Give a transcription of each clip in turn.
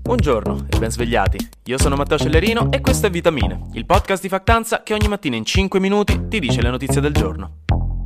Buongiorno e ben svegliati, io sono Matteo Cellerino e questo è Vitamine, il podcast di Factanza che ogni mattina in 5 minuti ti dice le notizie del giorno.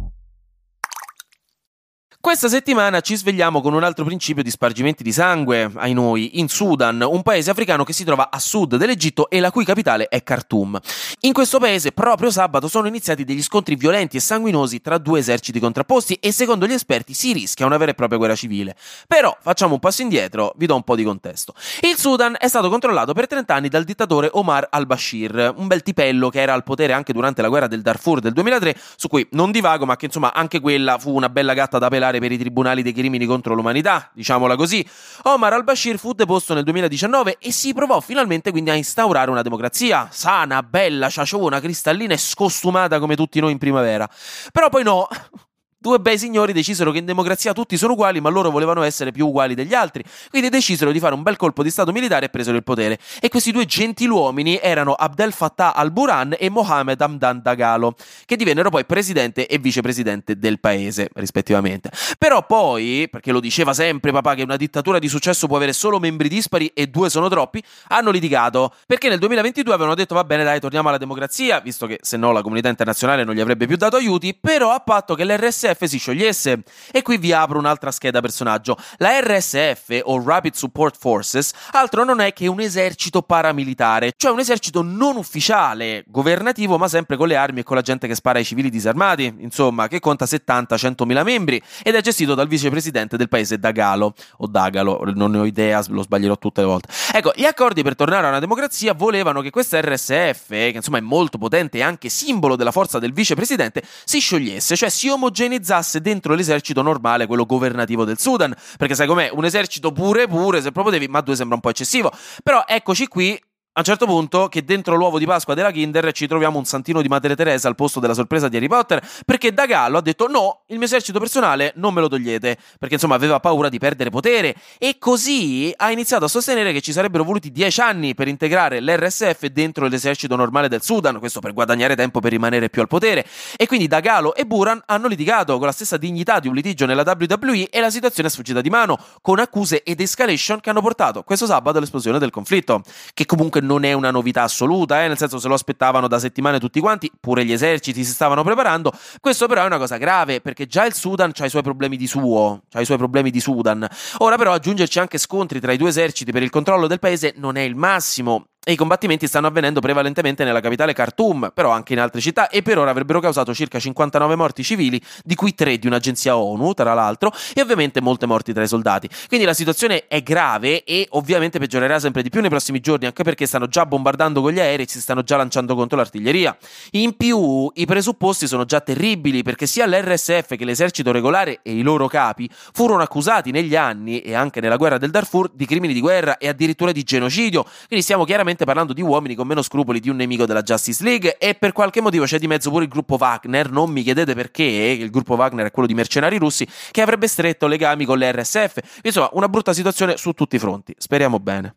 Questa settimana ci svegliamo con un altro principio di spargimenti di sangue, ai noi, in Sudan, un paese africano che si trova a sud dell'Egitto e la cui capitale è Khartoum. In questo paese, proprio sabato, sono iniziati degli scontri violenti e sanguinosi tra due eserciti contrapposti e secondo gli esperti si rischia una vera e propria guerra civile. Però, facciamo un passo indietro, vi do un po' di contesto. Il Sudan è stato controllato per 30 anni dal dittatore Omar al-Bashir, un bel tipello che era al potere anche durante la guerra del Darfur del 2003, su cui non divago, ma che insomma anche quella fu una bella gatta da pelare per i tribunali dei crimini contro l'umanità, diciamola così. Omar al-Bashir fu deposto nel 2019 e si provò finalmente quindi a instaurare una democrazia sana, bella, ciaciona, cristallina e scostumata come tutti noi in primavera. Però poi no. Due bei signori decisero che in democrazia tutti sono uguali, ma loro volevano essere più uguali degli altri, quindi decisero di fare un bel colpo di stato militare e presero il potere. E questi due gentiluomini erano Abdel Fattah al-Burhan e Mohamed Hamdan Dagalo, che divennero poi presidente e vicepresidente del paese, rispettivamente. Però poi, perché lo diceva sempre papà che una dittatura di successo può avere solo membri dispari e due sono troppi, hanno litigato, perché nel 2022 avevano detto va bene dai, torniamo alla democrazia, visto che se no la comunità internazionale non gli avrebbe più dato aiuti, però a patto che l'RSF si sciogliesse. E qui vi apro un'altra scheda personaggio. La RSF, o Rapid Support Forces, altro non è che un esercito paramilitare, cioè un esercito non ufficiale, governativo, ma sempre con le armi e con la gente che spara ai civili disarmati, insomma, che conta 70-100.000 membri ed è gestito dal vicepresidente del paese Dagalo, o Dagalo, non ne ho idea, lo sbaglierò tutte le volte. Ecco, gli accordi per tornare a una democrazia volevano che questa RSF, che insomma è molto potente e anche simbolo della forza del vicepresidente, si sciogliesse, cioè si omogenizzasse dentro l'esercito normale, quello governativo del Sudan, perché sai com'è, un esercito pure, se proprio devi, ma due sembra un po' eccessivo, però eccoci qui, a un certo punto, che dentro l'uovo di Pasqua della Kinder ci troviamo un santino di Madre Teresa al posto della sorpresa di Harry Potter, perché Dagalo ha detto no, il mio esercito personale non me lo togliete, perché insomma aveva paura di perdere potere, e così ha iniziato a sostenere che ci sarebbero voluti 10 anni per integrare l'RSF dentro l'esercito normale del Sudan, questo per guadagnare tempo per rimanere più al potere, e quindi Dagalo e Burhan hanno litigato con la stessa dignità di un litigio nella WWE e la situazione è sfuggita di mano, con accuse ed escalation che hanno portato questo sabato all'esplosione del conflitto, che comunque non è una novità assoluta, nel senso se lo aspettavano da settimane tutti quanti, pure gli eserciti si stavano preparando. Questo però è una cosa grave, perché già il Sudan ha i suoi problemi di suo, ha i suoi problemi di Sudan. Ora però aggiungerci anche scontri tra i due eserciti per il controllo del paese non è il massimo. E i combattimenti stanno avvenendo prevalentemente nella capitale Khartoum, però anche in altre città, e per ora avrebbero causato circa 59 morti civili, di cui 3 di un'agenzia ONU, tra l'altro, e ovviamente molte morti tra i soldati. Quindi la situazione è grave e ovviamente peggiorerà sempre di più nei prossimi giorni, anche perché stanno già bombardando con gli aerei e si stanno già lanciando contro l'artiglieria. In più, i presupposti sono già terribili, perché sia l'RSF che l'esercito regolare e i loro capi furono accusati negli anni, e anche nella guerra del Darfur, di crimini di guerra e addirittura di genocidio. Quindi stiamo chiaramente parlando di uomini con meno scrupoli di un nemico della Justice League, e per qualche motivo c'è di mezzo pure il gruppo Wagner, non mi chiedete perché, il gruppo Wagner è quello di mercenari russi, che avrebbe stretto legami con le RSF. Insomma, una brutta situazione su tutti i fronti, speriamo bene.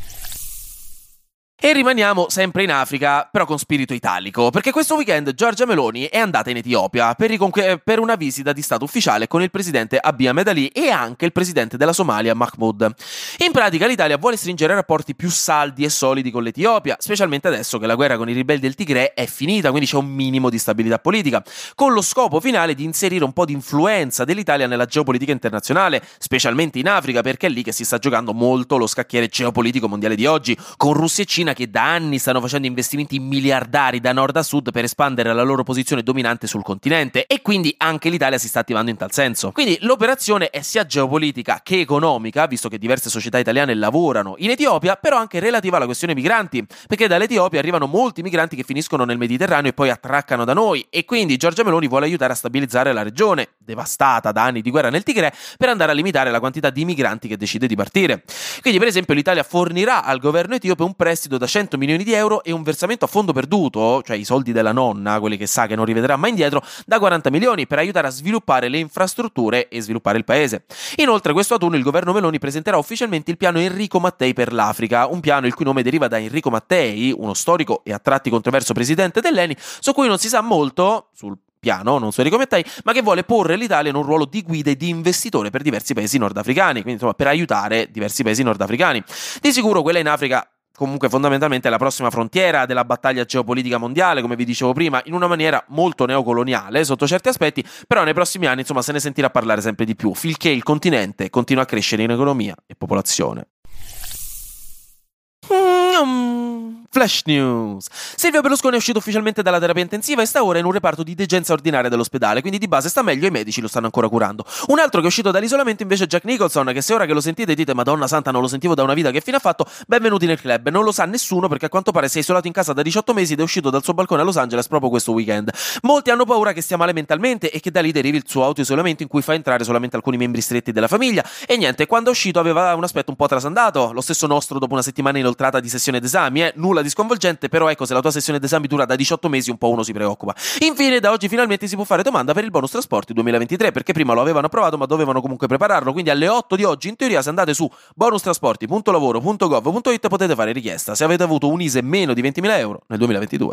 E rimaniamo sempre in Africa, però con spirito italico, perché questo weekend Giorgia Meloni è andata in Etiopia per una visita di stato ufficiale con il presidente Abiy Ahmed Ali e anche il presidente della Somalia Mahmoud. In pratica l'Italia vuole stringere rapporti più saldi e solidi con l'Etiopia, specialmente adesso che la guerra con i ribelli del Tigray è finita, quindi c'è un minimo di stabilità politica, con lo scopo finale di inserire un po' di influenza dell'Italia nella geopolitica internazionale, specialmente in Africa, perché è lì che si sta giocando molto lo scacchiere geopolitico mondiale di oggi, con Russia e Cina che da anni stanno facendo investimenti miliardari da nord a sud per espandere la loro posizione dominante sul continente, e quindi anche l'Italia si sta attivando in tal senso. Quindi l'operazione è sia geopolitica che economica, visto che diverse società italiane lavorano in Etiopia, però anche relativa alla questione migranti, perché dall'Etiopia arrivano molti migranti che finiscono nel Mediterraneo e poi attraccano da noi, e quindi Giorgia Meloni vuole aiutare a stabilizzare la regione, devastata da anni di guerra nel Tigray, per andare a limitare la quantità di migranti che decide di partire. Quindi per esempio l'Italia fornirà al governo etiope un prestito da 100 milioni di euro e un versamento a fondo perduto, cioè i soldi della nonna, quelli che sa che non rivedrà mai indietro, da 40 milioni per aiutare a sviluppare le infrastrutture e sviluppare il paese. Inoltre questo autunno il governo Meloni presenterà ufficialmente il piano Enrico Mattei per l'Africa, un piano il cui nome deriva da Enrico Mattei, uno storico e a tratti controverso presidente dell'ENI, su cui non si sa molto, sul piano, non su Enrico Mattei, ma che vuole porre l'Italia in un ruolo di guida e di investitore per diversi paesi nordafricani, quindi insomma per aiutare diversi paesi nordafricani. Di sicuro quella in Africa comunque fondamentalmente è la prossima frontiera della battaglia geopolitica mondiale, come vi dicevo prima, in una maniera molto neocoloniale sotto certi aspetti, però nei prossimi anni insomma se ne sentirà parlare sempre di più, finché il continente continua a crescere in economia e popolazione. Flash News. Silvio Berlusconi è uscito ufficialmente dalla terapia intensiva e sta ora in un reparto di degenza ordinaria dell'ospedale, quindi di base sta meglio e i medici lo stanno ancora curando. Un altro che è uscito dall'isolamento invece è Jack Nicholson, che se ora che lo sentite dite Madonna santa non lo sentivo da una vita, che fine ha fatto? Benvenuti nel club. Non lo sa nessuno perché a quanto pare si è isolato in casa da 18 mesi ed è uscito dal suo balcone a Los Angeles proprio questo weekend. Molti hanno paura che stia male mentalmente e che da lì derivi il suo autoisolamento in cui fa entrare solamente alcuni membri stretti della famiglia e niente, quando è uscito aveva un aspetto un po' trasandato, lo stesso nostro dopo una settimana inoltrata di sessione d'esami, nulla di sconvolgente, però ecco, se la tua sessione d'esami dura da 18 mesi un po' uno si preoccupa. Infine, da oggi finalmente si può fare domanda per il bonus trasporti 2023, perché prima lo avevano approvato ma dovevano comunque prepararlo, quindi alle 8 di oggi in teoria se andate su bonustrasporti.lavoro.gov.it potete fare richiesta se avete avuto un ISEE meno di 20.000 euro nel 2022.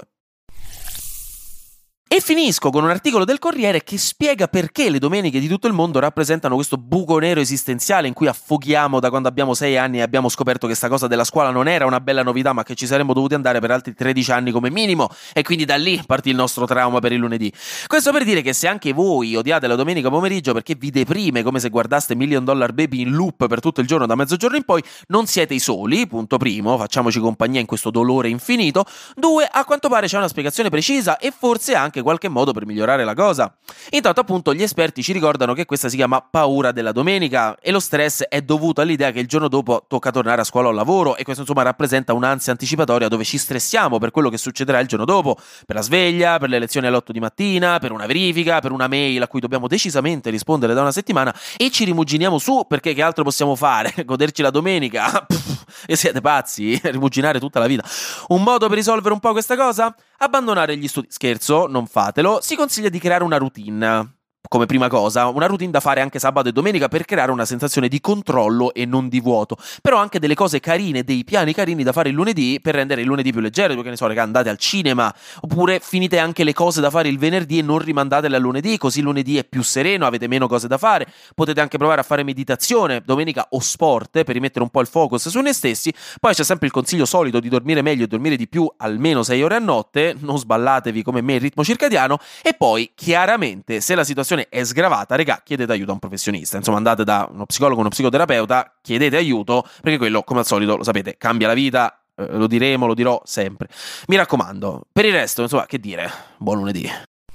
E finisco con un articolo del Corriere che spiega perché le domeniche di tutto il mondo rappresentano questo buco nero esistenziale in cui affoghiamo da quando abbiamo 6 anni e abbiamo scoperto che sta cosa della scuola non era una bella novità ma che ci saremmo dovuti andare per altri 13 anni come minimo e quindi da lì partì il nostro trauma per il lunedì. Questo per dire che se anche voi odiate la domenica pomeriggio perché vi deprime come se guardaste $1 Million Baby in loop per tutto il giorno da mezzogiorno in poi, non siete i soli, punto primo, facciamoci compagnia in questo dolore infinito. 2, a quanto pare c'è una spiegazione precisa e forse anche qualche modo per migliorare la cosa. Intanto appunto gli esperti ci ricordano che questa si chiama paura della domenica e lo stress è dovuto all'idea che il giorno dopo tocca tornare a scuola o lavoro e questo insomma rappresenta un'ansia anticipatoria dove ci stressiamo per quello che succederà il giorno dopo, per la sveglia, per le lezioni alle 8 di mattina, per una verifica, per una mail a cui dobbiamo decisamente rispondere da una settimana e ci rimuginiamo su perché che altro possiamo fare? Goderci la domenica? E siete pazzi? Rimuginare tutta la vita. Un modo per risolvere un po' questa cosa? Abbandonare gli studi. Scherzo, non fatelo. Si consiglia di creare una routine. Come prima cosa, una routine da fare anche sabato e domenica per creare una sensazione di controllo e non di vuoto, però anche delle cose carine, dei piani carini da fare il lunedì per rendere il lunedì più leggero, perché ne so, raga, andate al cinema, oppure finite anche le cose da fare il venerdì e non rimandatele al lunedì, così il lunedì è più sereno, avete meno cose da fare, potete anche provare a fare meditazione domenica o sport per rimettere un po' il focus su noi stessi, poi c'è sempre il consiglio solito di dormire meglio e dormire di più, almeno 6 ore a notte, non sballatevi come me il ritmo circadiano, e poi chiaramente se la situazione è sgravata, regà, chiedete aiuto a un professionista, insomma andate da uno psicologo, uno psicoterapeuta, chiedete aiuto, perché quello, come al solito, lo sapete, cambia la vita, lo dirò sempre. Mi raccomando, per il resto, insomma, che dire, buon lunedì.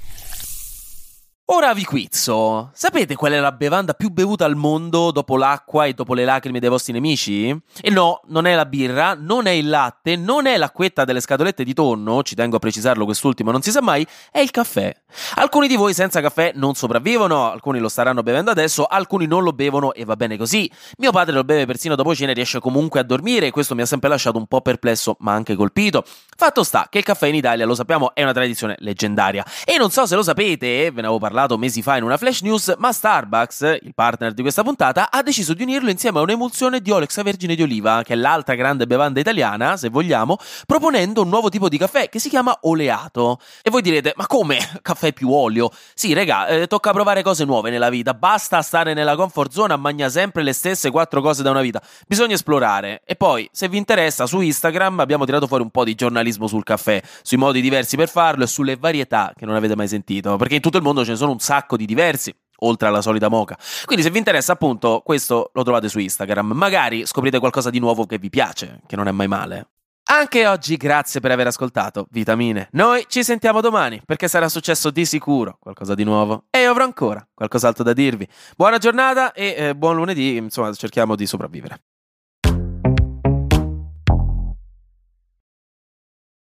Ora vi quizzo. Sapete qual è la bevanda più bevuta al mondo dopo l'acqua e dopo le lacrime dei vostri nemici? E no, non è la birra, non è il latte, non è l'acquetta delle scatolette di tonno, ci tengo a precisarlo quest'ultimo, non si sa mai, è il caffè. Alcuni di voi senza caffè non sopravvivono, alcuni lo staranno bevendo adesso, alcuni non lo bevono e va bene così. Mio padre lo beve persino dopo cena e riesce comunque a dormire e questo mi ha sempre lasciato un po' perplesso ma anche colpito. Fatto sta che il caffè in Italia, lo sappiamo, è una tradizione leggendaria. E non so se lo sapete, ve ne avevo parlato mesi fa in una flash news, ma Starbucks, il partner di questa puntata, ha deciso di unirlo insieme a un'emulsione di olio extravergine di oliva, che è l'altra grande bevanda italiana, se vogliamo, proponendo un nuovo tipo di caffè che si chiama oleato. E voi direte, ma come? Caffè più olio? Sì, regà, tocca provare cose nuove nella vita, basta stare nella comfort zone a mangiare sempre le stesse 4 cose da una vita, bisogna esplorare. E poi, se vi interessa, su Instagram abbiamo tirato fuori un po' di giornalismo sul caffè, sui modi diversi per farlo e sulle varietà che non avete mai sentito, perché in tutto il mondo ce ne sono un sacco di diversi, oltre alla solita moka. Quindi se vi interessa appunto questo lo trovate su Instagram, magari scoprite qualcosa di nuovo che vi piace, che non è mai male. Anche oggi grazie per aver ascoltato Vitamine. Noi ci sentiamo domani perché sarà successo di sicuro qualcosa di nuovo e io avrò ancora qualcos'altro da dirvi. Buona giornata e buon lunedì, insomma cerchiamo di sopravvivere.